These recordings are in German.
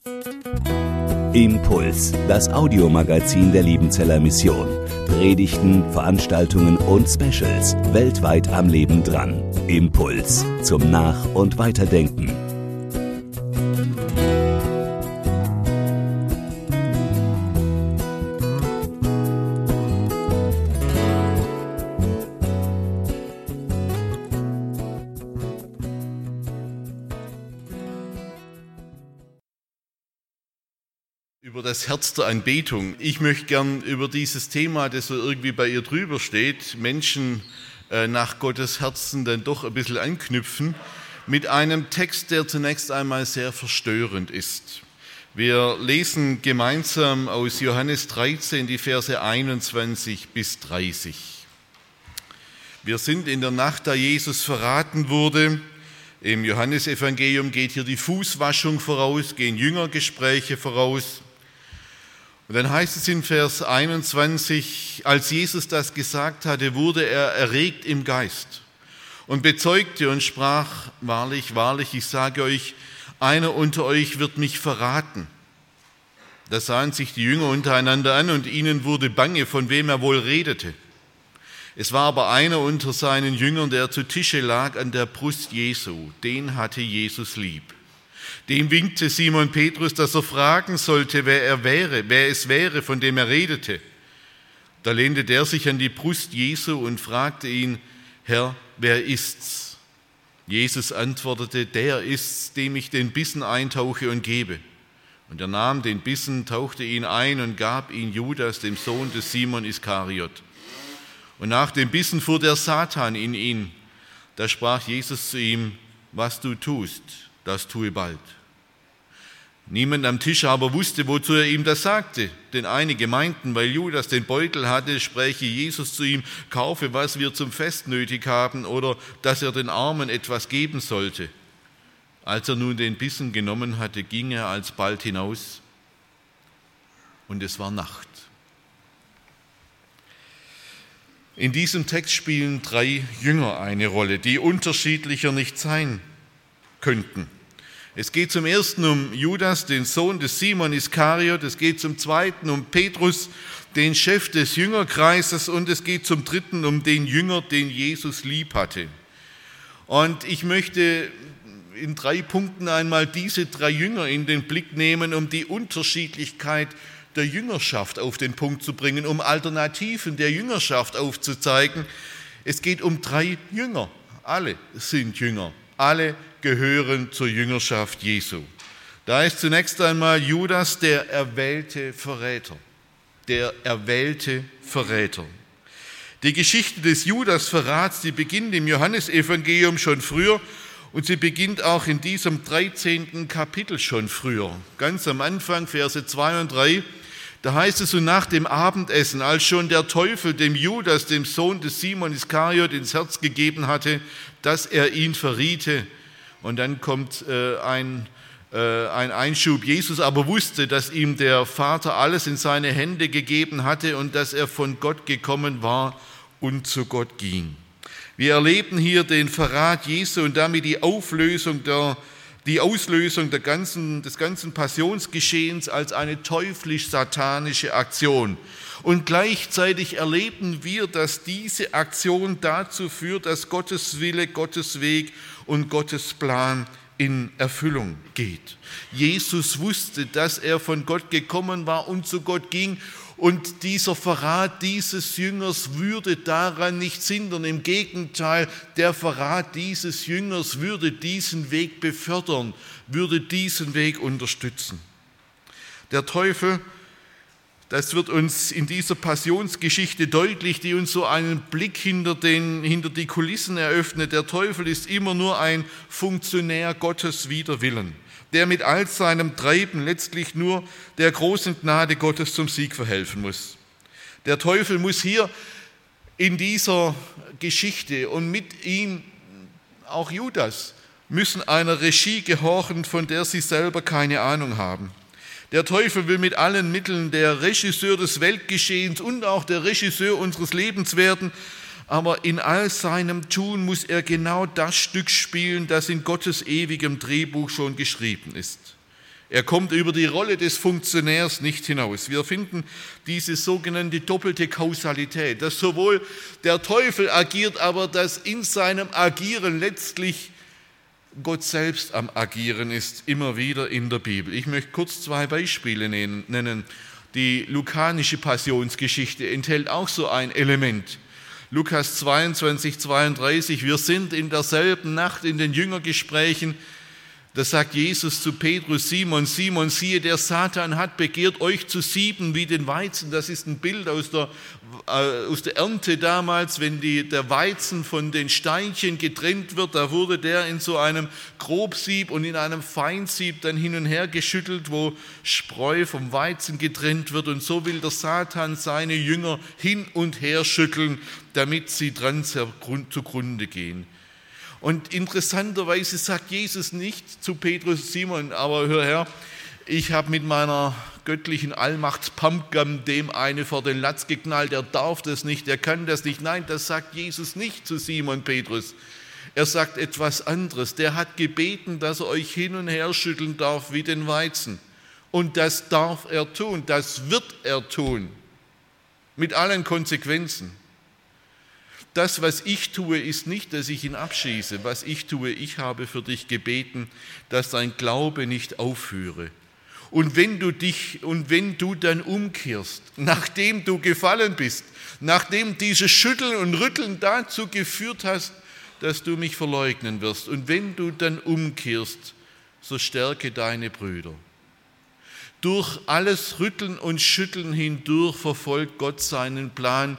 Impuls, das Audiomagazin der Liebenzeller Mission. Predigten, Veranstaltungen und Specials weltweit am Leben dran. Impuls zum Nach- und Weiterdenken. Über das Herz der Anbetung. Ich möchte gern über dieses Thema, das so irgendwie bei ihr drüber steht, Menschen nach Gottes Herzen dann doch ein bisschen anknüpfen, mit einem Text, der zunächst einmal sehr verstörend ist. Wir lesen gemeinsam aus Johannes 13 die Verse 21 bis 30. Wir sind in der Nacht, da Jesus verraten wurde. Im Johannesevangelium geht hier die Fußwaschung voraus, gehen Jüngergespräche voraus. Und dann heißt es in Vers 21, als Jesus das gesagt hatte, wurde er erregt im Geist und bezeugte und sprach, wahrlich, wahrlich, ich sage euch, einer unter euch wird mich verraten. Da sahen sich die Jünger untereinander an und ihnen wurde bange, von wem er wohl redete. Es war aber einer unter seinen Jüngern, der zu Tische lag an der Brust Jesu, den hatte Jesus lieb. Dem winkte Simon Petrus, dass er fragen sollte, wer es wäre, von dem er redete. Da lehnte der sich an die Brust Jesu und fragte ihn, Herr, wer ist's? Jesus antwortete, der ist's, dem ich den Bissen eintauche und gebe. Und er nahm den Bissen, tauchte ihn ein und gab ihn Judas, dem Sohn des Simon Iskariot. Und nach dem Bissen fuhr der Satan in ihn. Da sprach Jesus zu ihm, was du tust, das tue bald. Niemand am Tisch aber wusste, wozu er ihm das sagte, denn einige meinten, weil Judas den Beutel hatte, spräche Jesus zu ihm, kaufe, was wir zum Fest nötig haben, oder dass er den Armen etwas geben sollte. Als er nun den Bissen genommen hatte, ging er alsbald hinaus, und es war Nacht. In diesem Text spielen 3 Jünger eine Rolle, die unterschiedlicher nicht sein könnten. Es geht zum ersten um Judas, den Sohn des Simon Iskariot, es geht zum zweiten um Petrus, den Chef des Jüngerkreises, und es geht zum dritten um den Jünger, den Jesus lieb hatte. Und ich möchte in 3 Punkten einmal diese 3 Jünger in den Blick nehmen, um die Unterschiedlichkeit der Jüngerschaft auf den Punkt zu bringen, um Alternativen der Jüngerschaft aufzuzeigen. Es geht um 3 Jünger, alle sind Jünger. Alle gehören zur Jüngerschaft Jesu. Da ist zunächst einmal Judas, der erwählte Verräter. Der erwählte Verräter. Die Geschichte des Judas-Verrats, die beginnt im Johannesevangelium schon früher und sie beginnt auch in diesem 13. Kapitel schon früher. Ganz am Anfang, Verse 2 und 3, da heißt es, und nach dem Abendessen, als schon der Teufel dem Judas, dem Sohn des Simon Iskariot, ins Herz gegeben hatte, dass er ihn verriete. Und dann kommt ein Einschub. Jesus aber wusste, dass ihm der Vater alles in seine Hände gegeben hatte und dass er von Gott gekommen war und zu Gott ging. Wir erleben hier den Verrat Jesu und damit die Auslösung des ganzen Passionsgeschehens als eine teuflisch-satanische Aktion. Und gleichzeitig erleben wir, dass diese Aktion dazu führt, dass Gottes Wille, Gottes Weg und Gottes Plan in Erfüllung geht. Jesus wusste, dass er von Gott gekommen war und zu Gott ging. Und dieser Verrat dieses Jüngers würde daran nichts hindern. Im Gegenteil, der Verrat dieses Jüngers würde diesen Weg befördern, würde diesen Weg unterstützen. Der Teufel, das wird uns in dieser Passionsgeschichte deutlich, die uns so einen Blick hinter die Kulissen eröffnet. Der Teufel ist immer nur ein Funktionär Gottes wider Willen, der mit all seinem Treiben letztlich nur der großen Gnade Gottes zum Sieg verhelfen muss. Der Teufel muss hier in dieser Geschichte und mit ihm auch Judas müssen einer Regie gehorchen, von der sie selber keine Ahnung haben. Der Teufel will mit allen Mitteln der Regisseur des Weltgeschehens und auch der Regisseur unseres Lebens werden, aber in all seinem Tun muss er genau das Stück spielen, das in Gottes ewigem Drehbuch schon geschrieben ist. Er kommt über die Rolle des Funktionärs nicht hinaus. Wir finden diese sogenannte doppelte Kausalität, dass sowohl der Teufel agiert, aber dass in seinem Agieren letztlich Gott selbst am Agieren ist, immer wieder in der Bibel. Ich möchte kurz 2 Beispiele nennen. Die lukanische Passionsgeschichte enthält auch so ein Element. Lukas 22, 32, wir sind in derselben Nacht in den Jüngergesprächen. Da sagt Jesus zu Petrus: Simon, Simon, siehe, der Satan hat begehrt, euch zu sieben wie den Weizen. Das ist ein Bild aus der Ernte damals, wenn der Weizen von den Steinchen getrennt wird. Da wurde der in so einem Grobsieb und in einem Feinsieb dann hin und her geschüttelt, wo Spreu vom Weizen getrennt wird. Und so will der Satan seine Jünger hin und her schütteln, damit sie dran zugrunde gehen. Und interessanterweise sagt Jesus nicht zu Petrus: Simon, aber hör her, ich habe mit meiner göttlichen Allmachts-Pumpgun dem eine vor den Latz geknallt, der darf das nicht, der kann das nicht. Nein, das sagt Jesus nicht zu Simon Petrus. Er sagt etwas anderes. Der hat gebeten, dass er euch hin und her schütteln darf wie den Weizen. Und das darf er tun, das wird er tun, mit allen Konsequenzen. Das, was ich tue, ist nicht, dass ich ihn abschieße. Was ich tue, ich habe für dich gebeten, dass dein Glaube nicht aufhöre. Und wenn du dann umkehrst, nachdem du gefallen bist, nachdem dieses Schütteln und Rütteln dazu geführt hast, dass du mich verleugnen wirst, und wenn du dann umkehrst, so stärke deine Brüder. Durch alles Rütteln und Schütteln hindurch verfolgt Gott seinen Plan,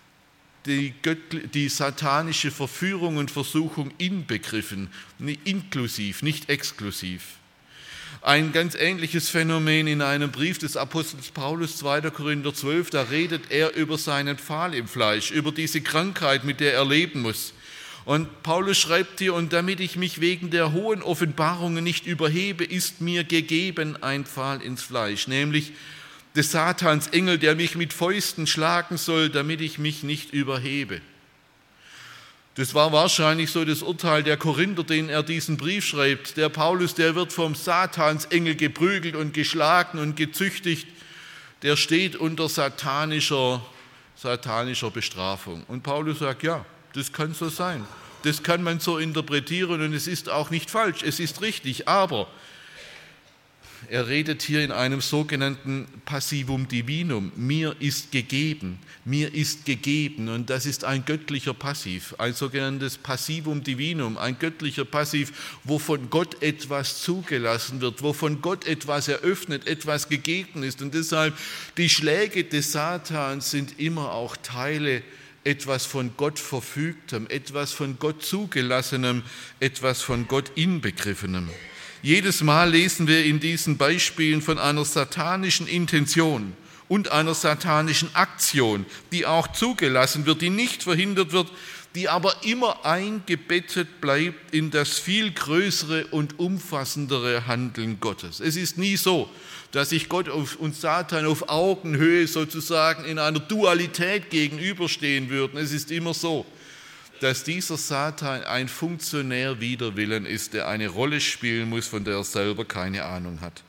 die satanische Verführung und Versuchung inbegriffen, inklusiv, nicht exklusiv. Ein ganz ähnliches Phänomen in einem Brief des Apostels Paulus, 2. Korinther 12, da redet er über seinen Pfahl im Fleisch, über diese Krankheit, mit der er leben muss. Und Paulus schreibt hier: Und damit ich mich wegen der hohen Offenbarungen nicht überhebe, ist mir gegeben ein Pfahl ins Fleisch, nämlich des Satans Engel, der mich mit Fäusten schlagen soll, damit ich mich nicht überhebe. Das war wahrscheinlich so das Urteil der Korinther, denen er diesen Brief schreibt. Der Paulus, der wird vom Satans Engel geprügelt und geschlagen und gezüchtigt. Der steht unter satanischer Bestrafung. Und Paulus sagt: Ja, das kann so sein. Das kann man so interpretieren und es ist auch nicht falsch, es ist richtig, aber er redet hier in einem sogenannten Passivum Divinum. Mir ist gegeben, und das ist ein göttlicher Passiv, ein sogenanntes Passivum Divinum, ein göttlicher Passiv, wo von Gott etwas zugelassen wird, wo von Gott etwas eröffnet, etwas gegeben ist. Und deshalb, die Schläge des Satans sind immer auch Teile etwas von Gott Verfügtem, etwas von Gott Zugelassenem, etwas von Gott Inbegriffenem. Jedes Mal lesen wir in diesen Beispielen von einer satanischen Intention und einer satanischen Aktion, die auch zugelassen wird, die nicht verhindert wird, die aber immer eingebettet bleibt in das viel größere und umfassendere Handeln Gottes. Es ist nie so, dass sich Gott und Satan auf Augenhöhe sozusagen in einer Dualität gegenüberstehen würden. Es ist immer so, dass dieser Satan ein Funktionär wider Willen ist, der eine Rolle spielen muss, von der er selber keine Ahnung hat.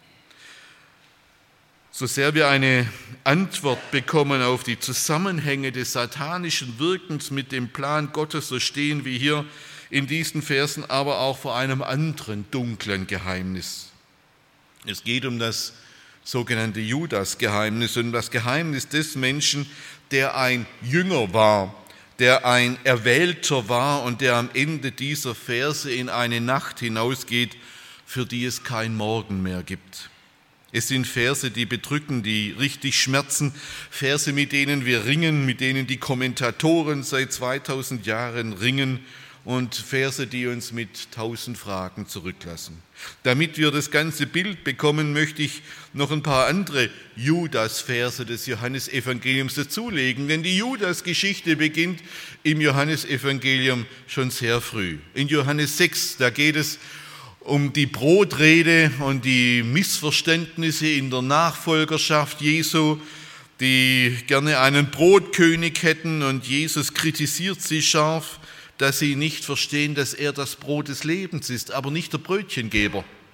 So sehr wir eine Antwort bekommen auf die Zusammenhänge des satanischen Wirkens mit dem Plan Gottes, so stehen wir hier in diesen Versen aber auch vor einem anderen dunklen Geheimnis. Es geht um das sogenannte Judas-Geheimnis, um das Geheimnis des Menschen, der ein Jünger war, der ein Erwählter war und der am Ende dieser Verse in eine Nacht hinausgeht, für die es kein Morgen mehr gibt. Es sind Verse, die bedrücken, die richtig schmerzen, Verse, mit denen wir ringen, mit denen die Kommentatoren seit 2000 Jahren ringen und Verse, die uns mit 1000 Fragen zurücklassen. Damit wir das ganze Bild bekommen, möchte ich noch ein paar andere Judas-Verse des Johannesevangeliums dazulegen, denn die Judas-Geschichte beginnt im Johannesevangelium schon sehr früh. In Johannes 6, da geht es um die Brotrede und die Missverständnisse in der Nachfolgerschaft Jesu, die gerne einen Brotkönig hätten, und Jesus kritisiert sie scharf, dass sie nicht verstehen, dass er das Brot des Lebens ist, aber nicht der Brötchengeber.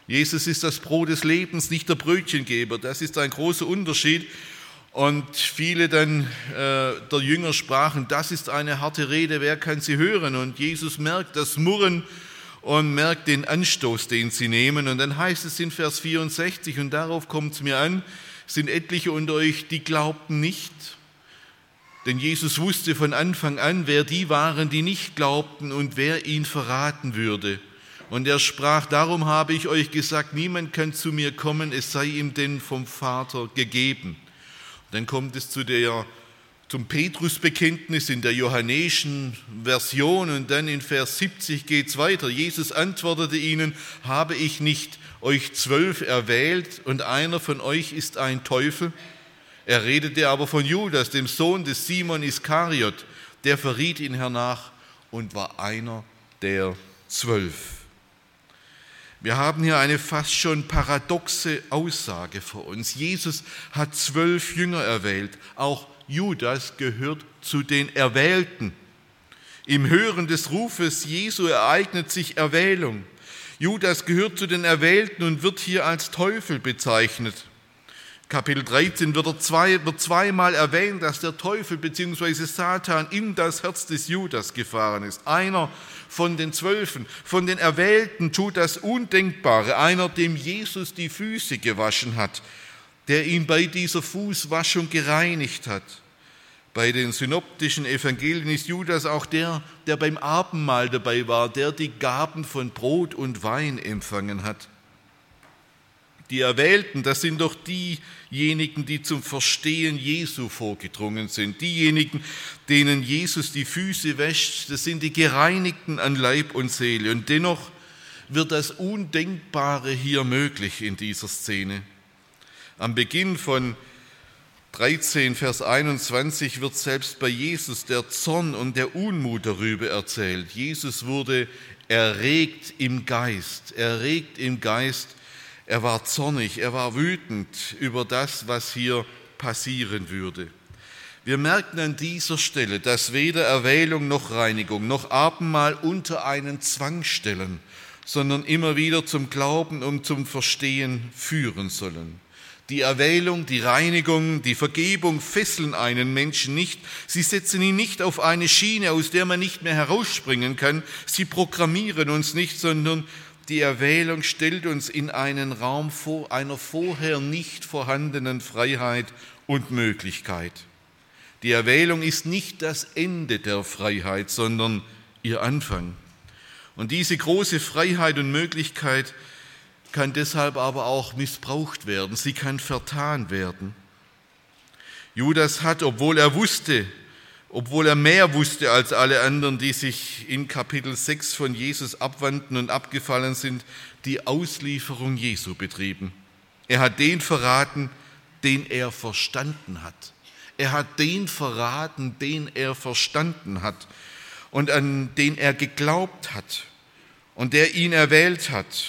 Jesus ist das Brot des Lebens, nicht der Brötchengeber. Das ist ein großer Unterschied. Und viele dann der Jünger sprachen, das ist eine harte Rede, wer kann sie hören? Und Jesus merkt das Murren und merkt den Anstoß, den sie nehmen. Und dann heißt es in Vers 64, und darauf kommt es mir an, sind etliche unter euch, die glaubten nicht. Denn Jesus wusste von Anfang an, wer die waren, die nicht glaubten und wer ihn verraten würde. Und er sprach, darum habe ich euch gesagt, niemand kann zu mir kommen, es sei ihm denn vom Vater gegeben. Dann kommt es zum Petrusbekenntnis in der johannäischen Version und dann in Vers 70 geht es weiter. Jesus antwortete ihnen, habe ich nicht euch 12 erwählt und einer von euch ist ein Teufel? Er redete aber von Judas, dem Sohn des Simon Iskariot, der verriet ihn hernach und war einer der 12. Wir haben hier eine fast schon paradoxe Aussage vor uns. Jesus hat 12 Jünger erwählt. Auch Judas gehört zu den Erwählten. Im Hören des Rufes Jesu ereignet sich Erwählung. Judas gehört zu den Erwählten und wird hier als Teufel bezeichnet. Kapitel 13 wird zweimal erwähnt, dass der Teufel bzw. Satan in das Herz des Judas gefahren ist. Einer von den 12, von den Erwählten tut das Undenkbare, einer, dem Jesus die Füße gewaschen hat, der ihn bei dieser Fußwaschung gereinigt hat. Bei den synoptischen Evangelien ist Judas auch der beim Abendmahl dabei war, der die Gaben von Brot und Wein empfangen hat. Die Erwählten, das sind doch diejenigen, die zum Verstehen Jesu vorgedrungen sind. Diejenigen, denen Jesus die Füße wäscht, das sind die Gereinigten an Leib und Seele. Und dennoch wird das Undenkbare hier möglich in dieser Szene. Am Beginn von 13, Vers 21 wird selbst bei Jesus der Zorn und der Unmut darüber erzählt. Jesus wurde erregt im Geist. Er war zornig, er war wütend über das, was hier passieren würde. Wir merken an dieser Stelle, dass weder Erwählung noch Reinigung noch Abendmahl unter einen Zwang stellen, sondern immer wieder zum Glauben und zum Verstehen führen sollen. Die Erwählung, die Reinigung, die Vergebung fesseln einen Menschen nicht. Sie setzen ihn nicht auf eine Schiene, aus der man nicht mehr herausspringen kann. Sie programmieren uns nicht, sondern die Erwählung stellt uns in einen Raum vor einer vorher nicht vorhandenen Freiheit und Möglichkeit. Die Erwählung ist nicht das Ende der Freiheit, sondern ihr Anfang. Und diese große Freiheit und Möglichkeit kann deshalb aber auch missbraucht werden. Sie kann vertan werden. Judas hat, obwohl er mehr wusste als alle anderen, die sich in Kapitel 6 von Jesus abwandten und abgefallen sind, die Auslieferung Jesu betrieben. Er hat den verraten, den er verstanden hat. Er hat den verraten, den er verstanden hat und an den er geglaubt hat und der ihn erwählt hat.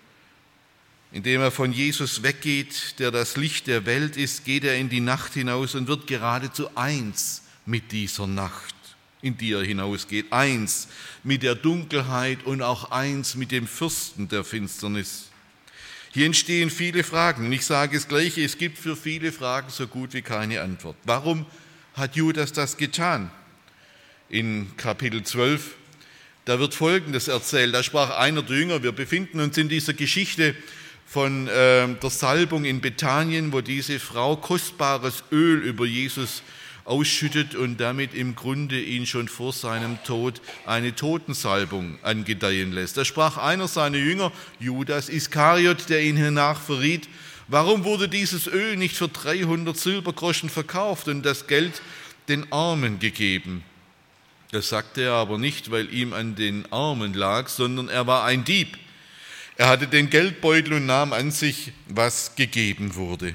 Indem er von Jesus weggeht, der das Licht der Welt ist, geht er in die Nacht hinaus und wird geradezu eins mit dieser Nacht, in die er hinausgeht. Eins mit der Dunkelheit und auch eins mit dem Fürsten der Finsternis. Hier entstehen viele Fragen. Und ich sage es gleich, es gibt für viele Fragen so gut wie keine Antwort. Warum hat Judas das getan? In Kapitel 12, da wird Folgendes erzählt. Da sprach einer der Jünger, wir befinden uns in dieser Geschichte von der Salbung in Bethanien, wo diese Frau kostbares Öl über Jesus ausschüttet und damit im Grunde ihn schon vor seinem Tod eine Totensalbung angedeihen lässt. Da sprach einer seiner Jünger, Judas Iskariot, der ihn hernach verriet, warum wurde dieses Öl nicht für 300 Silbergroschen verkauft und das Geld den Armen gegeben? Das sagte er aber nicht, weil ihm an den Armen lag, sondern er war ein Dieb. Er hatte den Geldbeutel und nahm an sich, was gegeben wurde.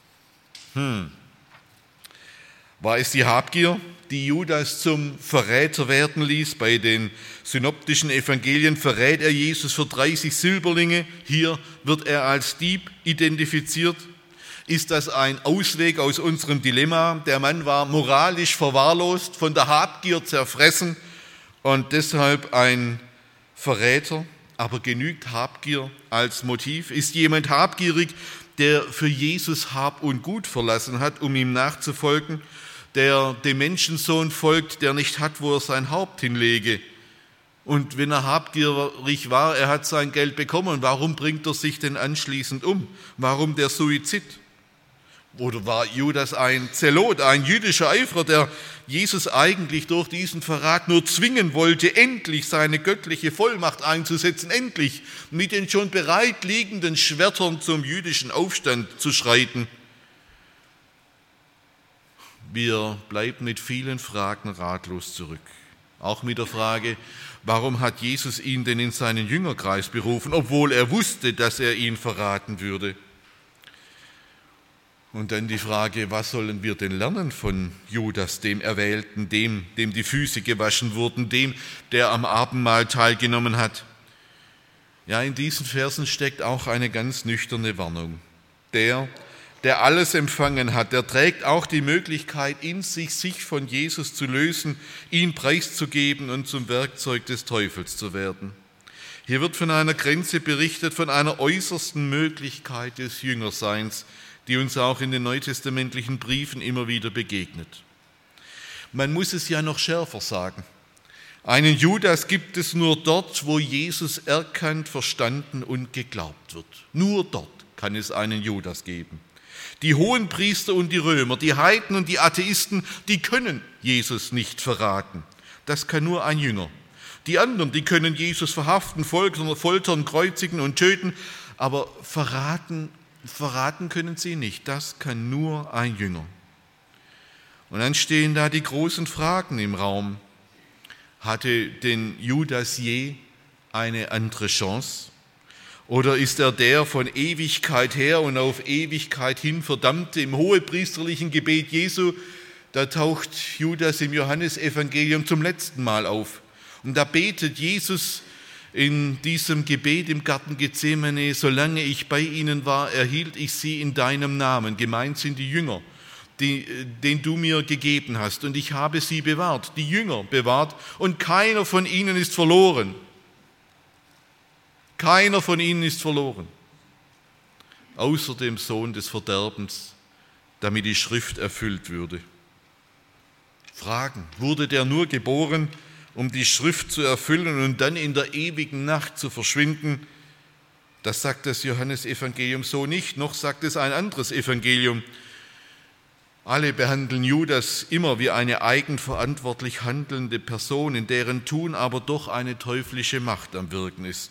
War es die Habgier, die Judas zum Verräter werden ließ? Bei den synoptischen Evangelien verrät er Jesus für 30 Silberlinge. Hier wird er als Dieb identifiziert. Ist das ein Ausweg aus unserem Dilemma? Der Mann war moralisch verwahrlost, von der Habgier zerfressen und deshalb ein Verräter. Aber genügt Habgier als Motiv? Ist jemand habgierig, der für Jesus Hab und Gut verlassen hat, um ihm nachzufolgen, der dem Menschensohn folgt, der nicht hat, wo er sein Haupt hinlege? Und wenn er habgierig war, er hat sein Geld bekommen, warum bringt er sich denn anschließend um? Warum der Suizid? Oder war Judas ein Zelot, ein jüdischer Eiferer, der Jesus eigentlich durch diesen Verrat nur zwingen wollte, endlich seine göttliche Vollmacht einzusetzen, endlich mit den schon bereit liegenden Schwertern zum jüdischen Aufstand zu schreiten? Wir bleiben mit vielen Fragen ratlos zurück. Auch mit der Frage, warum hat Jesus ihn denn in seinen Jüngerkreis berufen, obwohl er wusste, dass er ihn verraten würde? Und dann die Frage, was sollen wir denn lernen von Judas, dem Erwählten, dem die Füße gewaschen wurden, dem, der am Abendmahl teilgenommen hat? Ja, in diesen Versen steckt auch eine ganz nüchterne Warnung. Der alles empfangen hat, der trägt auch die Möglichkeit in sich von Jesus zu lösen, ihn preiszugeben und zum Werkzeug des Teufels zu werden. Hier wird von einer Grenze berichtet, von einer äußersten Möglichkeit des Jüngerseins, die uns auch in den neutestamentlichen Briefen immer wieder begegnet. Man muss es ja noch schärfer sagen. Einen Judas gibt es nur dort, wo Jesus erkannt, verstanden und geglaubt wird. Nur dort kann es einen Judas geben. Die Hohenpriester und die Römer, die Heiden und die Atheisten, die können Jesus nicht verraten. Das kann nur ein Jünger. Die anderen, die können Jesus verhaften, foltern, kreuzigen und töten, aber verraten können sie nicht. Das kann nur ein Jünger. Und dann stehen da die großen Fragen im Raum. Hatte denn Judas je eine andere Chance? Oder ist er der von Ewigkeit her und auf Ewigkeit hin Verdammte? Im hohepriesterlichen Gebet Jesu, da taucht Judas im Johannesevangelium zum letzten Mal auf. Und da betet Jesus in diesem Gebet im Garten Gethsemane: Solange ich bei ihnen war, erhielt ich sie in deinem Namen. Gemeint sind die Jünger, den du mir gegeben hast. Und ich habe sie bewahrt, die Jünger bewahrt. Und keiner von ihnen ist verloren. Keiner von ihnen ist verloren, außer dem Sohn des Verderbens, damit die Schrift erfüllt würde. Fragen: Wurde der nur geboren, um die Schrift zu erfüllen und dann in der ewigen Nacht zu verschwinden? Das sagt das Johannesevangelium so nicht, noch sagt es ein anderes Evangelium. Alle behandeln Judas immer wie eine eigenverantwortlich handelnde Person, in deren Tun aber doch eine teuflische Macht am Wirken ist.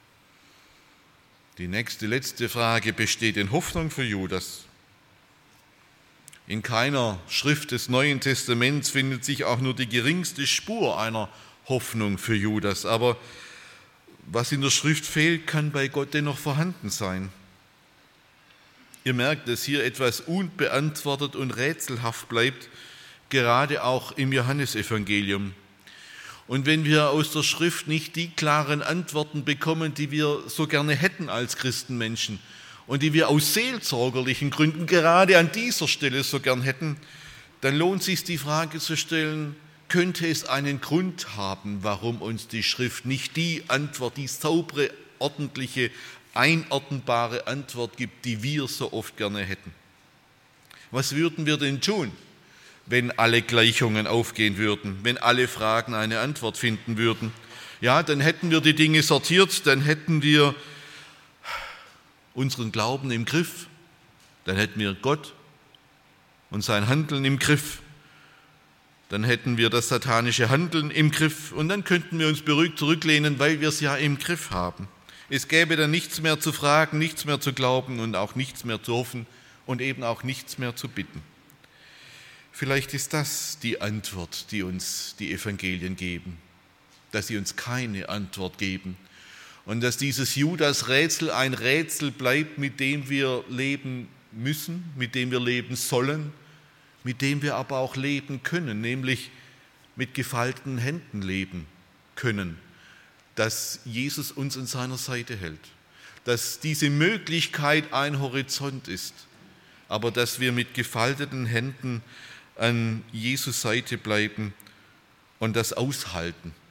Die letzte Frage: Besteht denn Hoffnung für Judas? In keiner Schrift des Neuen Testaments findet sich auch nur die geringste Spur einer Hoffnung für Judas. Aber was in der Schrift fehlt, kann bei Gott dennoch vorhanden sein. Ihr merkt, dass hier etwas unbeantwortet und rätselhaft bleibt, gerade auch im Johannesevangelium. Und wenn wir aus der Schrift nicht die klaren Antworten bekommen, die wir so gerne hätten als Christenmenschen und die wir aus seelsorgerlichen Gründen gerade an dieser Stelle so gern hätten, dann lohnt es sich, die Frage zu stellen: Könnte es einen Grund haben, warum uns die Schrift nicht die Antwort, die saubere, ordentliche, einordnbare Antwort gibt, die wir so oft gerne hätten? Was würden wir denn tun, wenn alle Gleichungen aufgehen würden, wenn alle Fragen eine Antwort finden würden? Ja, dann hätten wir die Dinge sortiert, dann hätten wir unseren Glauben im Griff, dann hätten wir Gott und sein Handeln im Griff, dann hätten wir das satanische Handeln im Griff und dann könnten wir uns beruhigt zurücklehnen, weil wir es ja im Griff haben. Es gäbe dann nichts mehr zu fragen, nichts mehr zu glauben und auch nichts mehr zu hoffen und eben auch nichts mehr zu bitten. Vielleicht ist das die Antwort, die uns die Evangelien geben, dass sie uns keine Antwort geben und dass dieses Judas-Rätsel ein Rätsel bleibt, mit dem wir leben müssen, mit dem wir leben sollen, mit dem wir aber auch leben können, nämlich mit gefalteten Händen leben können, dass Jesus uns an seiner Seite hält, dass diese Möglichkeit ein Horizont ist, aber dass wir mit gefalteten Händen an Jesus Seite bleiben und das aushalten,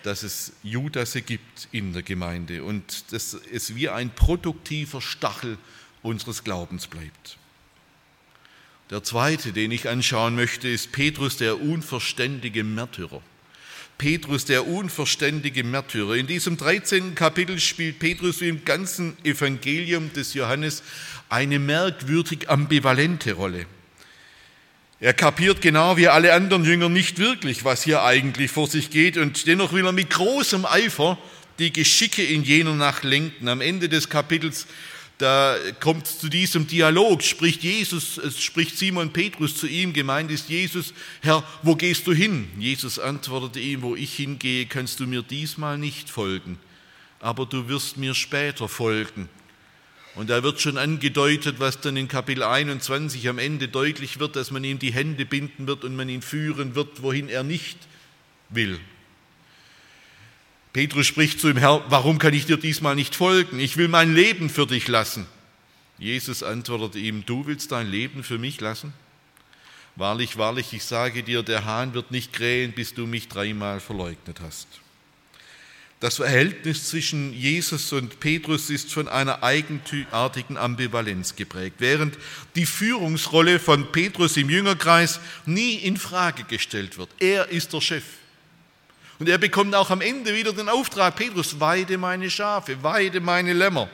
dass es Judasse gibt in der Gemeinde und dass es wie ein produktiver Stachel unseres Glaubens bleibt. Der zweite, den ich anschauen möchte, ist Petrus, der unverständige Märtyrer. Petrus, der unverständige Märtyrer. In diesem 13. Kapitel spielt Petrus wie im ganzen Evangelium des Johannes eine merkwürdig ambivalente Rolle. Er kapiert genau wie alle anderen Jünger nicht wirklich, was hier eigentlich vor sich geht, und dennoch will er mit großem Eifer die Geschicke in jener Nacht lenken. Am Ende des Kapitels, da kommt es zu diesem Dialog, spricht Simon Petrus zu ihm, gemeint ist Jesus: Herr, wo gehst du hin? Jesus antwortete ihm: Wo ich hingehe, kannst du mir diesmal nicht folgen, aber du wirst mir später folgen. Und da wird schon angedeutet, was dann in Kapitel 21 am Ende deutlich wird, dass man ihm die Hände binden wird und man ihn führen wird, wohin er nicht will. Petrus spricht zu ihm: Herr, warum kann ich dir diesmal nicht folgen? Ich will mein Leben für dich lassen. Jesus antwortete ihm: Du willst dein Leben für mich lassen? Wahrlich, wahrlich, ich sage dir, der Hahn wird nicht krähen, bis du mich 3-mal verleugnet hast. Das Verhältnis zwischen Jesus und Petrus ist von einer eigenartigen Ambivalenz geprägt. Während die Führungsrolle von Petrus im Jüngerkreis nie in Frage gestellt wird. Er ist der Chef. Und er bekommt auch am Ende wieder den Auftrag: Petrus, weide meine Schafe, weide meine Lämmer.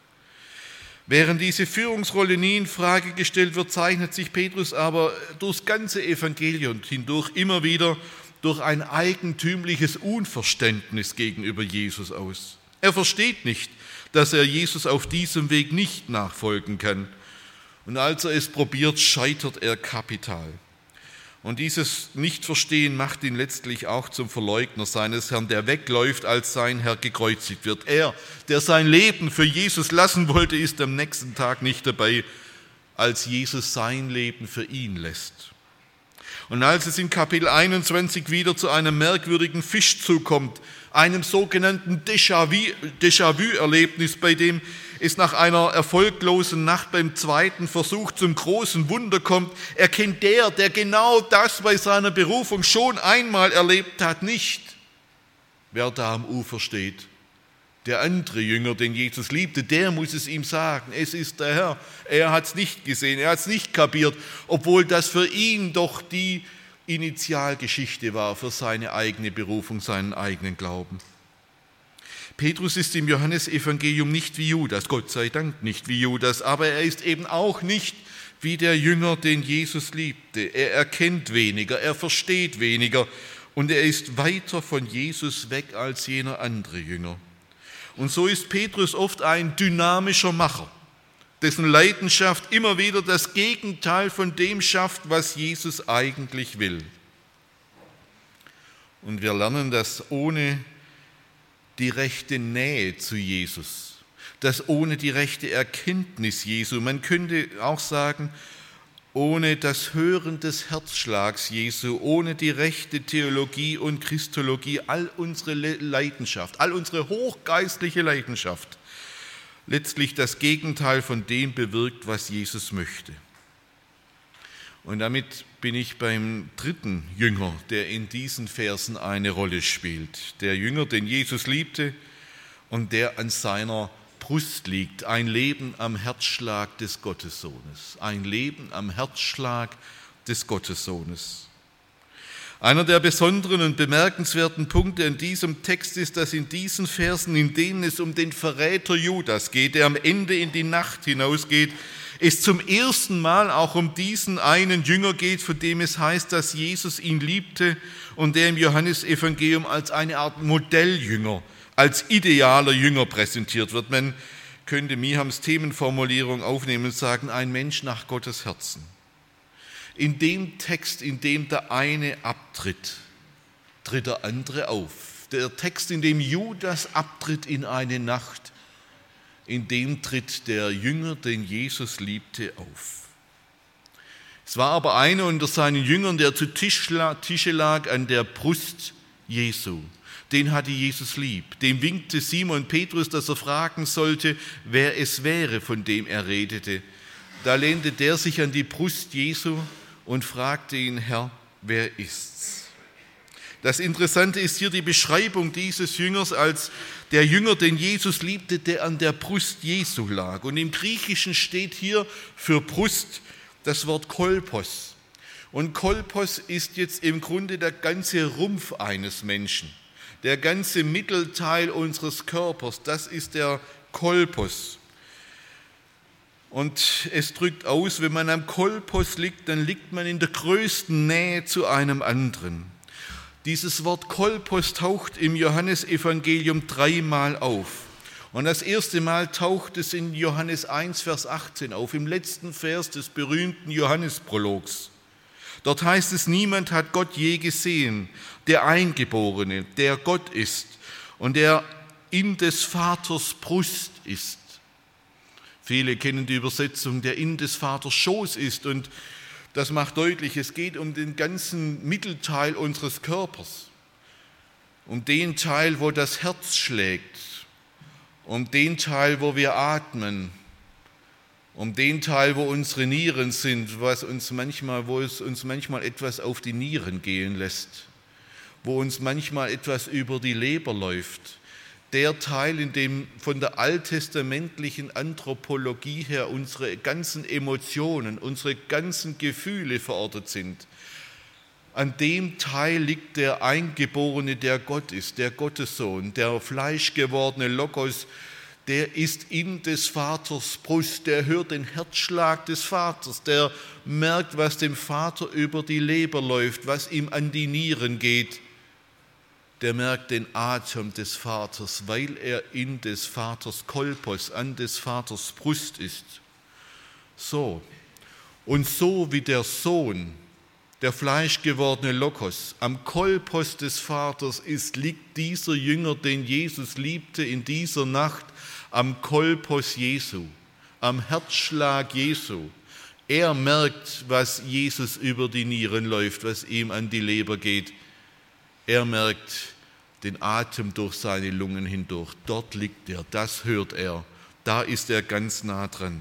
Während diese Führungsrolle nie in Frage gestellt wird, zeichnet sich Petrus aber durchs ganze Evangelium hindurch immer wieder durch ein eigentümliches Unverständnis gegenüber Jesus aus. Er versteht nicht, dass er Jesus auf diesem Weg nicht nachfolgen kann. Und als er es probiert, scheitert er kapital. Und dieses Nichtverstehen macht ihn letztlich auch zum Verleugner seines Herrn, der wegläuft, als sein Herr gekreuzigt wird. Er, der sein Leben für Jesus lassen wollte, ist am nächsten Tag nicht dabei, als Jesus sein Leben für ihn lässt. Und als es in Kapitel 21 wieder zu einem merkwürdigen Fischzug kommt, einem sogenannten Déjà-vu-Erlebnis, bei dem es nach einer erfolglosen Nacht beim zweiten Versuch zum großen Wunder kommt, erkennt der genau das bei seiner Berufung schon einmal erlebt hat, nicht, wer da am Ufer steht. Der andere Jünger, den Jesus liebte, der muss es ihm sagen: Es ist der Herr. Er hat es nicht gesehen, er hat es nicht kapiert, obwohl das für ihn doch die Initialgeschichte war für seine eigene Berufung, seinen eigenen Glauben. Petrus ist im Johannesevangelium nicht wie Judas, Gott sei Dank nicht wie Judas, aber er ist eben auch nicht wie der Jünger, den Jesus liebte. Er erkennt weniger, er versteht weniger und er ist weiter von Jesus weg als jener andere Jünger. Und so ist Petrus oft ein dynamischer Macher, dessen Leidenschaft immer wieder das Gegenteil von dem schafft, was Jesus eigentlich will. Und wir lernen, dass ohne die rechte Nähe zu Jesus, dass ohne die rechte Erkenntnis Jesu, man könnte auch sagen, ohne das Hören des Herzschlags Jesu, ohne die rechte Theologie und Christologie, all unsere Leidenschaft, all unsere hochgeistliche Leidenschaft, letztlich das Gegenteil von dem bewirkt, was Jesus möchte. Und damit bin ich beim dritten Jünger, der in diesen Versen eine Rolle spielt. Der Jünger, den Jesus liebte und der an seiner Brust liegt, ein Leben am Herzschlag des Gottessohnes. Ein Leben am Herzschlag des Gottessohnes. Einer der besonderen und bemerkenswerten Punkte in diesem Text ist, dass in diesen Versen, in denen es um den Verräter Judas geht, der am Ende in die Nacht hinausgeht, es zum ersten Mal auch um diesen einen Jünger geht, von dem es heißt, dass Jesus ihn liebte und der im Johannesevangelium als eine Art Modelljünger, als idealer Jünger präsentiert wird. Man könnte Mihams Themenformulierung aufnehmen und sagen, ein Mensch nach Gottes Herzen. In dem Text, in dem der eine abtritt, tritt der andere auf. Der Text, in dem Judas abtritt in eine Nacht, in dem tritt der Jünger, den Jesus liebte, auf. Es war aber einer unter seinen Jüngern, der zu Tische lag an der Brust Jesu. Den hatte Jesus lieb. Dem winkte Simon Petrus, dass er fragen sollte, wer es wäre, von dem er redete. Da lehnte der sich an die Brust Jesu und fragte ihn: Herr, wer ist's? Das Interessante ist hier die Beschreibung dieses Jüngers als der Jünger, den Jesus liebte, der an der Brust Jesu lag. Und im Griechischen steht hier für Brust das Wort Kolpos. Und Kolpos ist jetzt im Grunde der ganze Rumpf eines Menschen. Der ganze Mittelteil unseres Körpers, das ist der Kolpos. Und es drückt aus, wenn man am Kolpos liegt, dann liegt man in der größten Nähe zu einem anderen. Dieses Wort Kolpos taucht im Johannesevangelium 3-mal auf. Und das erste Mal taucht es in Johannes 1, Vers 18 auf, im letzten Vers des berühmten Johannesprologs. Dort heißt es, niemand hat Gott je gesehen, der Eingeborene, der Gott ist und der in des Vaters Brust ist. Viele kennen die Übersetzung, der in des Vaters Schoß ist, und das macht deutlich, es geht um den ganzen Mittelteil unseres Körpers, um den Teil, wo das Herz schlägt, um den Teil, wo wir atmen, um den Teil, wo unsere Nieren sind, wo es uns manchmal etwas auf die Nieren gehen lässt, wo uns manchmal etwas über die Leber läuft. Der Teil, in dem von der alttestamentlichen Anthropologie her unsere ganzen Emotionen, unsere ganzen Gefühle verortet sind. An dem Teil liegt der Eingeborene, der Gott ist, der Gottessohn, der fleischgewordene Logos, der ist in des Vaters Brust, der hört den Herzschlag des Vaters, der merkt, was dem Vater über die Leber läuft, was ihm an die Nieren geht. Der merkt den Atem des Vaters, weil er in des Vaters Kolpos, an des Vaters Brust ist. So. Und so wie der Sohn, der fleischgewordene Logos, am Kolpos des Vaters ist, liegt dieser Jünger, den Jesus liebte, in dieser Nacht am Kolpos Jesu, am Herzschlag Jesu. Er merkt, was Jesus über die Nieren läuft, was ihm an die Leber geht. Er merkt den Atem durch seine Lungen hindurch. Dort liegt er, das hört er. Da ist er ganz nah dran.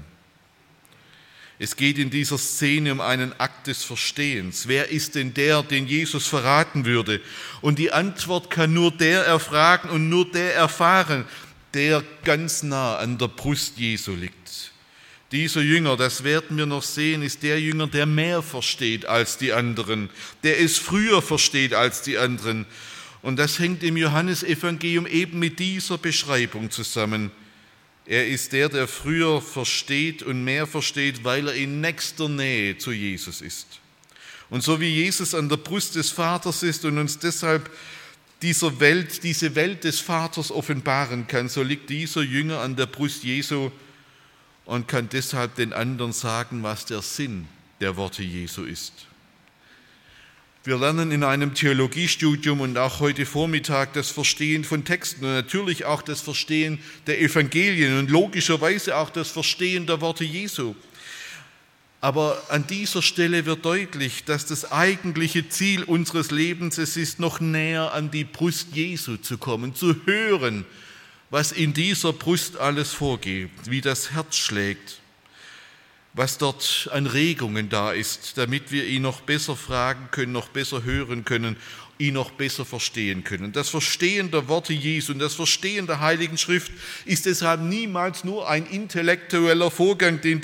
Es geht in dieser Szene um einen Akt des Verstehens. Wer ist denn der, den Jesus verraten würde? Und die Antwort kann nur der erfragen und nur der erfahren, der ganz nah an der Brust Jesu liegt. Dieser Jünger, das werden wir noch sehen, ist der Jünger, der mehr versteht als die anderen, der es früher versteht als die anderen. Und das hängt im Johannesevangelium eben mit dieser Beschreibung zusammen. Er ist der früher versteht und mehr versteht, weil er in nächster Nähe zu Jesus ist. Und so wie Jesus an der Brust des Vaters ist und uns deshalb diese Welt des Vaters offenbaren kann, so liegt dieser Jünger an der Brust Jesu und kann deshalb den anderen sagen, was der Sinn der Worte Jesu ist. Wir lernen in einem Theologiestudium und auch heute Vormittag das Verstehen von Texten und natürlich auch das Verstehen der Evangelien und logischerweise auch das Verstehen der Worte Jesu. Aber an dieser Stelle wird deutlich, dass das eigentliche Ziel unseres Lebens es ist, noch näher an die Brust Jesu zu kommen, zu hören, was in dieser Brust alles vorgeht, wie das Herz schlägt, was dort an Regungen da ist, damit wir ihn noch besser fragen können, noch besser hören können, ihn noch besser verstehen können. Das Verstehen der Worte Jesu und das Verstehen der Heiligen Schrift ist deshalb niemals nur ein intellektueller Vorgang, den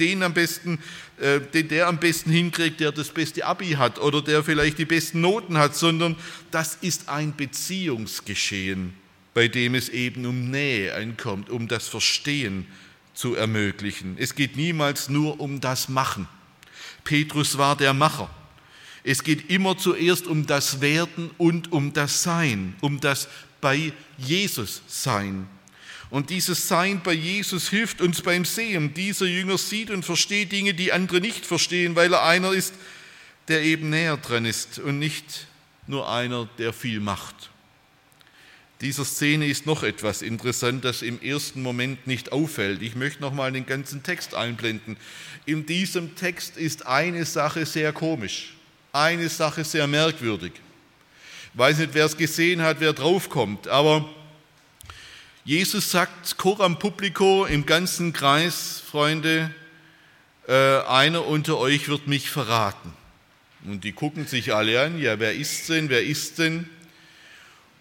der am besten hinkriegt, der das beste Abi hat oder der vielleicht die besten Noten hat, sondern das ist ein Beziehungsgeschehen, bei dem es eben um Nähe ankommt, um das Verstehen zu ermöglichen. Es geht niemals nur um das Machen. Petrus war der Macher. Es geht immer zuerst um das Werden und um das Sein, um das bei Jesus Sein. Und dieses Sein bei Jesus hilft uns beim Sehen. Dieser Jünger sieht und versteht Dinge, die andere nicht verstehen, weil er einer ist, der eben näher dran ist und nicht nur einer, der viel macht. Dieser Szene ist noch etwas interessant, das im ersten Moment nicht auffällt. Ich möchte noch mal den ganzen Text einblenden. In diesem Text ist eine Sache sehr komisch, eine Sache sehr merkwürdig. Ich weiß nicht, wer es gesehen hat, wer draufkommt, aber Jesus sagt coram publico im ganzen Kreis, Freunde, einer unter euch wird mich verraten. Und die gucken sich alle an, ja, wer ist denn?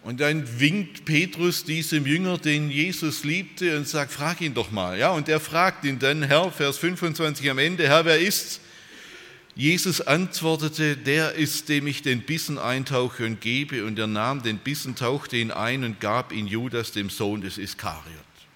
Und dann winkt Petrus diesem Jünger, den Jesus liebte, und sagt, frag ihn doch mal. Ja, und er fragt ihn dann, Herr, Vers 25 am Ende, Herr, wer ist's? Jesus antwortete, der ist, dem ich den Bissen eintauche und gebe. Und er nahm den Bissen, tauchte ihn ein und gab ihn Judas, dem Sohn des Iskariot.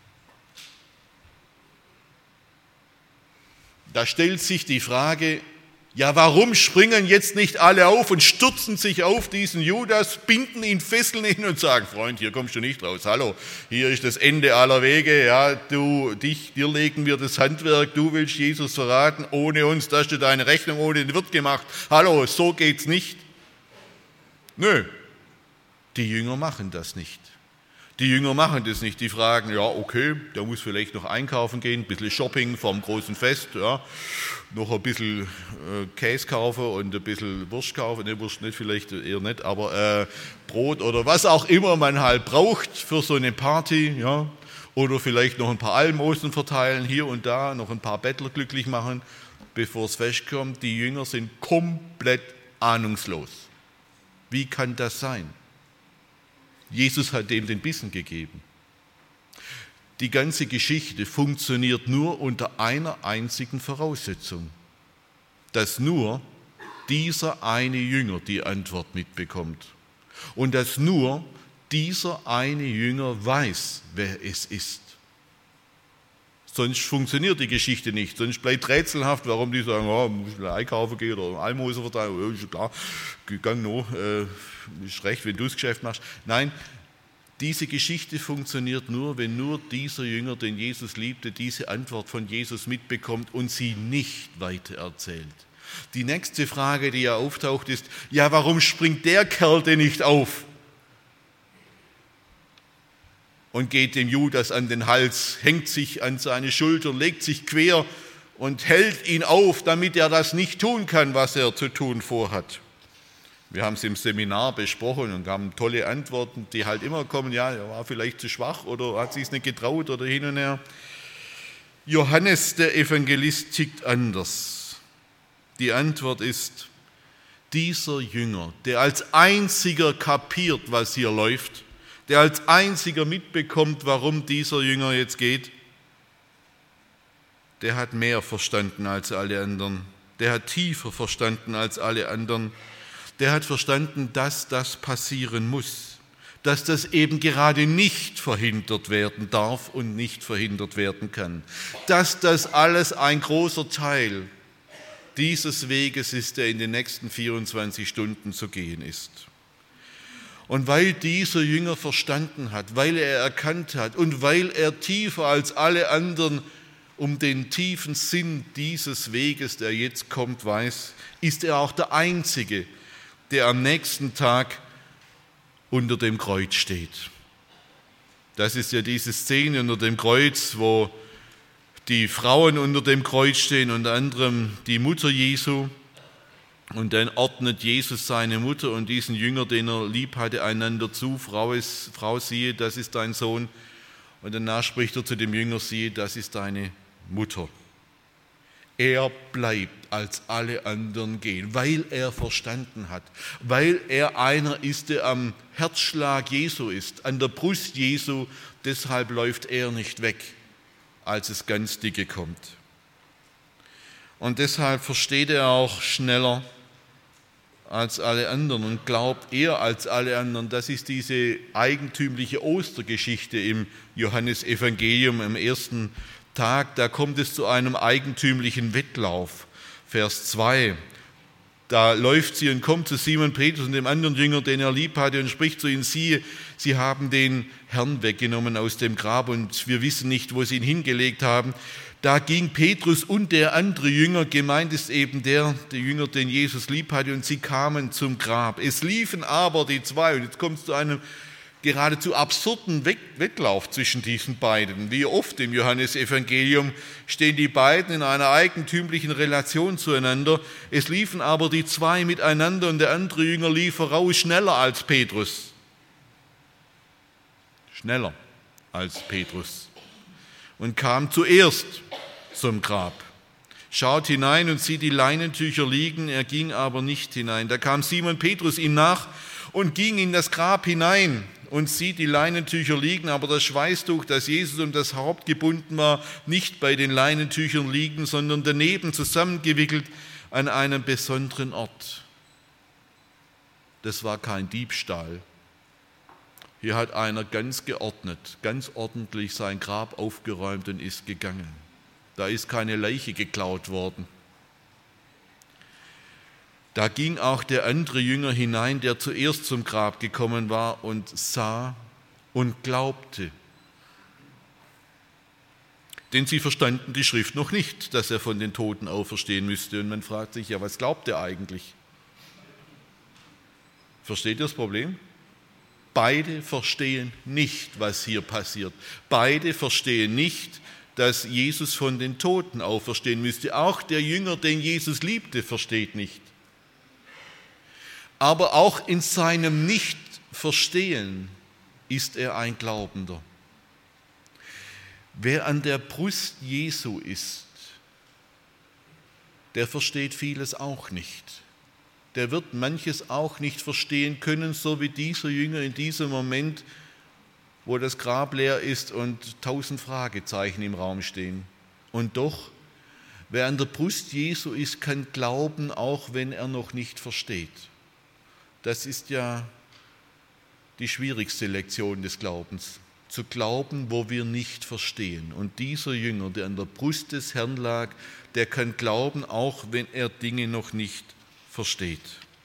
Da stellt sich die Frage, ja, warum springen jetzt nicht alle auf und stürzen sich auf diesen Judas, binden ihn, fesseln ihn und sagen, Freund, hier kommst du nicht raus, hallo, hier ist das Ende aller Wege, ja, dir legen wir das Handwerk, du willst Jesus verraten, ohne uns, da steht deine Rechnung, ohne den wird gemacht, hallo, so geht's nicht. Nö, die Jünger machen das nicht. Die Jünger machen das nicht, die fragen, ja okay, der muss vielleicht noch einkaufen gehen, ein bisschen Shopping vom großen Fest, ja, noch ein bisschen Käse kaufen und ein bisschen Wurst kaufen, ne, Wurst nicht, vielleicht eher nicht, aber Brot oder was auch immer man halt braucht für so eine Party, ja, oder vielleicht noch ein paar Almosen verteilen, hier und da, noch ein paar Bettler glücklich machen, bevor es Fest kommt. Die Jünger sind komplett ahnungslos. Wie kann das sein? Jesus hat dem den Bissen gegeben. Die ganze Geschichte funktioniert nur unter einer einzigen Voraussetzung, dass nur dieser eine Jünger die Antwort mitbekommt und dass nur dieser eine Jünger weiß, wer es ist. Sonst funktioniert die Geschichte nicht, sonst bleibt rätselhaft, warum die sagen, oh, muss ich einkaufen gehen oder Almosen verteilen, oh, ist klar, gang noch, ist recht, wenn du das Geschäft machst. Nein, diese Geschichte funktioniert nur, wenn nur dieser Jünger, den Jesus liebte, diese Antwort von Jesus mitbekommt und sie nicht weitererzählt. Die nächste Frage, die ja auftaucht, ist, ja, warum springt der Kerl denn nicht auf und geht dem Judas an den Hals, hängt sich an seine Schulter, legt sich quer und hält ihn auf, damit er das nicht tun kann, was er zu tun vorhat. Wir haben es im Seminar besprochen und haben tolle Antworten, die halt immer kommen, ja, er war vielleicht zu schwach oder hat sich es nicht getraut oder hin und her. Johannes, der Evangelist, tickt anders. Die Antwort ist, dieser Jünger, der als einziger kapiert, was hier läuft, der als einziger mitbekommt, warum dieser Jünger jetzt geht, der hat mehr verstanden als alle anderen. Der hat tiefer verstanden als alle anderen. Der hat verstanden, dass das passieren muss, dass das eben gerade nicht verhindert werden darf und nicht verhindert werden kann, dass das alles ein großer Teil dieses Weges ist, der in den nächsten 24 Stunden zu gehen ist. Und weil dieser Jünger verstanden hat, weil er erkannt hat und weil er tiefer als alle anderen um den tiefen Sinn dieses Weges, der jetzt kommt, weiß, ist er auch der Einzige, der am nächsten Tag unter dem Kreuz steht. Das ist ja diese Szene unter dem Kreuz, wo die Frauen unter dem Kreuz stehen, unter anderem die Mutter Jesu. Und dann ordnet Jesus seine Mutter und diesen Jünger, den er lieb hatte, einander zu. Frau, siehe, das ist dein Sohn. Und danach spricht er zu dem Jünger, siehe, das ist deine Mutter. Er bleibt, als alle anderen gehen, weil er verstanden hat, weil er einer ist, der am Herzschlag Jesu ist, an der Brust Jesu, deshalb läuft er nicht weg, als es ganz dicke kommt. Und deshalb versteht er auch schneller als alle anderen und glaubt eher als alle anderen. Das ist diese eigentümliche Ostergeschichte im Johannesevangelium am ersten Tag, da kommt es zu einem eigentümlichen Wettlauf. Vers 2, da läuft sie und kommt zu Simon Petrus und dem anderen Jünger, den er lieb hatte, und spricht zu ihnen, siehe, sie haben den Herrn weggenommen aus dem Grab und wir wissen nicht, wo sie ihn hingelegt haben. Da ging Petrus und der andere Jünger, gemeint ist eben der Jünger, den Jesus lieb hatte, und sie kamen zum Grab. Es liefen aber die zwei, und jetzt kommt es zu einem geradezu absurden Wettlauf zwischen diesen beiden. Wie oft im Johannesevangelium stehen die beiden in einer eigentümlichen Relation zueinander. Es liefen aber die zwei miteinander und der andere Jünger lief voraus, schneller als Petrus. Schneller als Petrus. Und kam zuerst zum Grab. Schaut hinein und sieht die Leinentücher liegen, er ging aber nicht hinein. Da kam Simon Petrus ihm nach und ging in das Grab hinein. und sieht die Leinentücher liegen, aber das Schweißtuch, das Jesus um das Haupt gebunden war, nicht bei den Leinentüchern liegen, sondern daneben zusammengewickelt an einem besonderen Ort. Das war kein Diebstahl. Hier hat einer ganz geordnet, ganz ordentlich sein Grab aufgeräumt und ist gegangen. Da ist keine Leiche geklaut worden. Da ging auch der andere Jünger hinein, der zuerst zum Grab gekommen war und sah und glaubte. Denn sie verstanden die Schrift noch nicht, dass er von den Toten auferstehen müsste. Und man fragt sich, ja, was glaubt er eigentlich? Versteht ihr das Problem? Beide verstehen nicht, was hier passiert. Beide verstehen nicht, dass Jesus von den Toten auferstehen müsste. Auch der Jünger, den Jesus liebte, versteht nicht. Aber auch in seinem Nicht-Verstehen ist er ein Glaubender. Wer an der Brust Jesu ist, der versteht vieles auch nicht. Der wird manches auch nicht verstehen können, so wie dieser Jünger in diesem Moment, wo das Grab leer ist und 1000 Fragezeichen im Raum stehen. Und doch, wer an der Brust Jesu ist, kann glauben, auch wenn er noch nicht versteht. Das ist ja die schwierigste Lektion des Glaubens, zu glauben, wo wir nicht verstehen. Und dieser Jünger, der an der Brust des Herrn lag, der kann glauben, auch wenn er Dinge noch nicht versteht.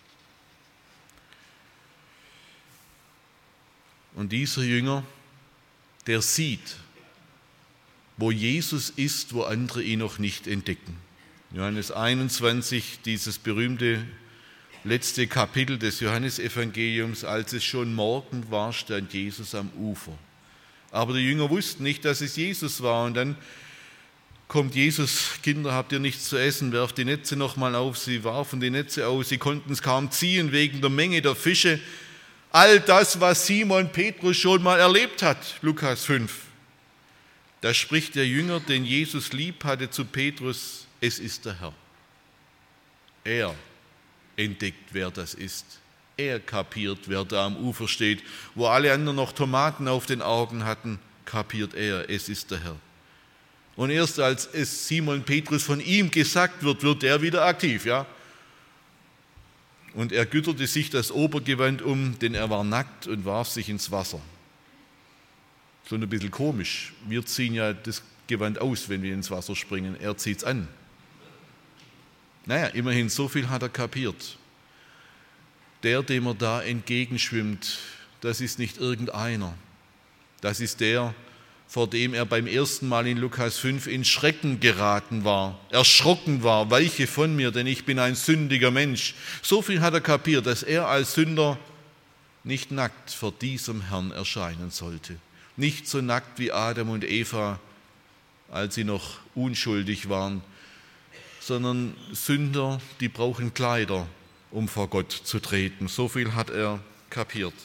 Und dieser Jünger, der sieht, wo Jesus ist, wo andere ihn noch nicht entdecken. Johannes 21, dieses berühmte letzte Kapitel des Johannesevangeliums, als es schon Morgen war, stand Jesus am Ufer. Aber die Jünger wussten nicht, dass es Jesus war. Und dann kommt Jesus: Kinder, habt ihr nichts zu essen? Werft die Netze nochmal auf. Sie warfen die Netze aus. Sie konnten es kaum ziehen wegen der Menge der Fische. All das, was Simon Petrus schon mal erlebt hat, Lukas 5. Da spricht der Jünger, den Jesus lieb hatte, zu Petrus: Es ist der Herr. Er entdeckt, wer das ist. Er kapiert, wer da am Ufer steht. Wo alle anderen noch Tomaten auf den Augen hatten, kapiert er, es ist der Herr. Und erst als es Simon Petrus von ihm gesagt wird, wird er wieder aktiv, ja. Und er gütterte sich das Obergewand um, denn er war nackt, und warf sich ins Wasser. Schon ein bisschen komisch. Wir ziehen ja das Gewand aus, wenn wir ins Wasser springen. Er zieht es an. Naja, immerhin, so viel hat er kapiert. Der, dem er da entgegenschwimmt, das ist nicht irgendeiner. Das ist der, vor dem er beim ersten Mal in Lukas 5 in Schrecken geraten war, erschrocken war: Weiche von mir, denn ich bin ein sündiger Mensch. So viel hat er kapiert, dass er als Sünder nicht nackt vor diesem Herrn erscheinen sollte. Nicht so nackt wie Adam und Eva, als sie noch unschuldig waren, sondern Sünder, die brauchen Kleider, um vor Gott zu treten. So viel hat er kapiert.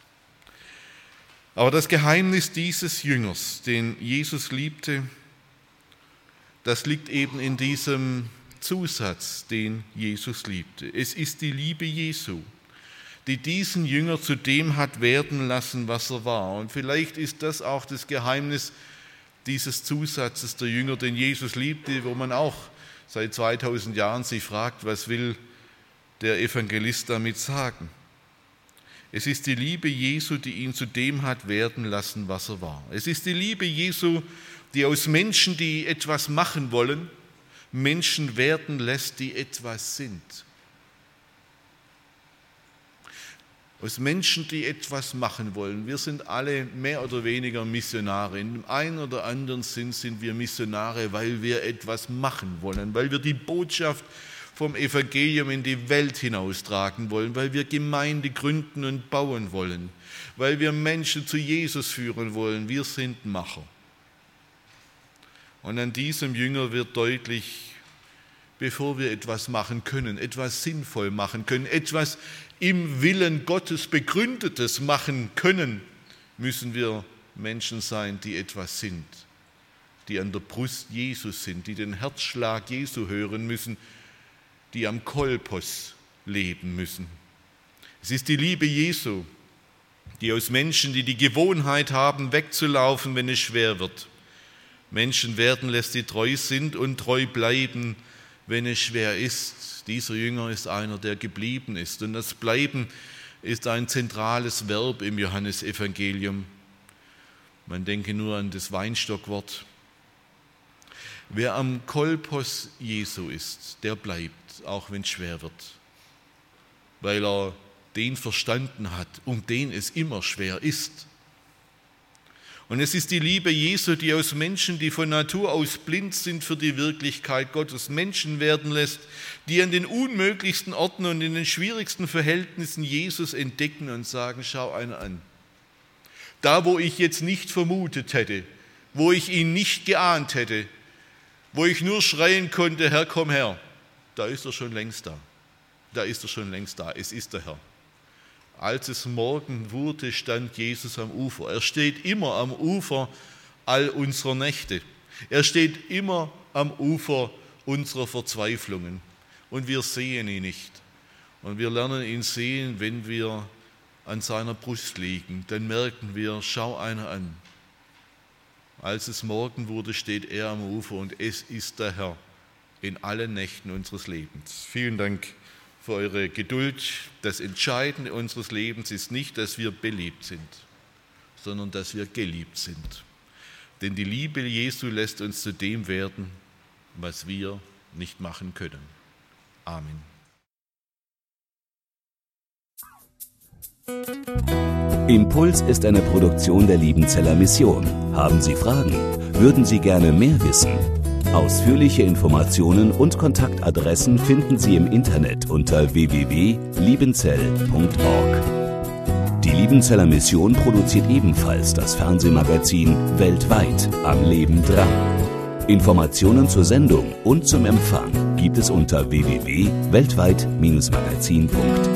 Aber das Geheimnis dieses Jüngers, den Jesus liebte, das liegt eben in diesem Zusatz, den Jesus liebte. Es ist die Liebe Jesu, die diesen Jünger zu dem hat werden lassen, was er war. Und vielleicht ist das auch das Geheimnis dieses Zusatzes, der Jünger, den Jesus liebte, wo man auch seit 2000 Jahren sich fragt, was will der Evangelist damit sagen? Es ist die Liebe Jesu, die ihn zu dem hat werden lassen, was er war. Es ist die Liebe Jesu, die aus Menschen, die etwas machen wollen, Menschen werden lässt, die etwas sind. Aus Menschen, die etwas machen wollen. Wir sind alle mehr oder weniger Missionare. In dem einen oder anderen Sinn sind wir Missionare, weil wir etwas machen wollen, weil wir die Botschaft vom Evangelium in die Welt hinaustragen wollen, weil wir Gemeinde gründen und bauen wollen, weil wir Menschen zu Jesus führen wollen. Wir sind Macher. Und an diesem Jünger wird deutlich, bevor wir etwas machen können, etwas sinnvoll machen können, etwas im Willen Gottes Begründetes machen können, müssen wir Menschen sein, die etwas sind, die an der Brust Jesus sind, die den Herzschlag Jesu hören müssen, die am Kolpos leben müssen. Es ist die Liebe Jesu, die aus Menschen, die die Gewohnheit haben, wegzulaufen, wenn es schwer wird. Menschen werden lässt, die treu sind und treu bleiben, wenn es schwer ist. Dieser Jünger ist einer, der geblieben ist. Und das Bleiben ist ein zentrales Verb im Johannesevangelium. Man denke nur an das Weinstockwort. Wer am Kolpos Jesu ist, der bleibt, auch wenn es schwer wird, weil er den verstanden hat, um den es immer schwer ist. Und es ist die Liebe Jesu, die aus Menschen, die von Natur aus blind sind für die Wirklichkeit Gottes, Menschen werden lässt, die an den unmöglichsten Orten und in den schwierigsten Verhältnissen Jesus entdecken und sagen, schau einer an. Da, wo ich jetzt nicht vermutet hätte, wo ich ihn nicht geahnt hätte, wo ich nur schreien konnte, Herr, komm her, da ist er schon längst da. Da ist er schon längst da, es ist der Herr. Als es Morgen wurde, stand Jesus am Ufer. Er steht immer am Ufer all unserer Nächte. Er steht immer am Ufer unserer Verzweiflungen. Und wir sehen ihn nicht. Und wir lernen ihn sehen, wenn wir an seiner Brust liegen. Dann merken wir, schau einer an. Als es Morgen wurde, steht er am Ufer und es ist der Herr in allen Nächten unseres Lebens. Vielen Dank für eure Geduld. Das Entscheidende unseres Lebens ist nicht, dass wir beliebt sind, sondern dass wir geliebt sind. Denn die Liebe Jesu lässt uns zu dem werden, was wir nicht machen können. Amen. Impuls ist eine Produktion der Liebenzeller Mission. Haben Sie Fragen? Würden Sie gerne mehr wissen? Ausführliche Informationen und Kontaktadressen finden Sie im Internet unter www.liebenzell.org. Die Liebenzeller Mission produziert ebenfalls das Fernsehmagazin Weltweit am Leben dran. Informationen zur Sendung und zum Empfang gibt es unter www.weltweit-magazin.de.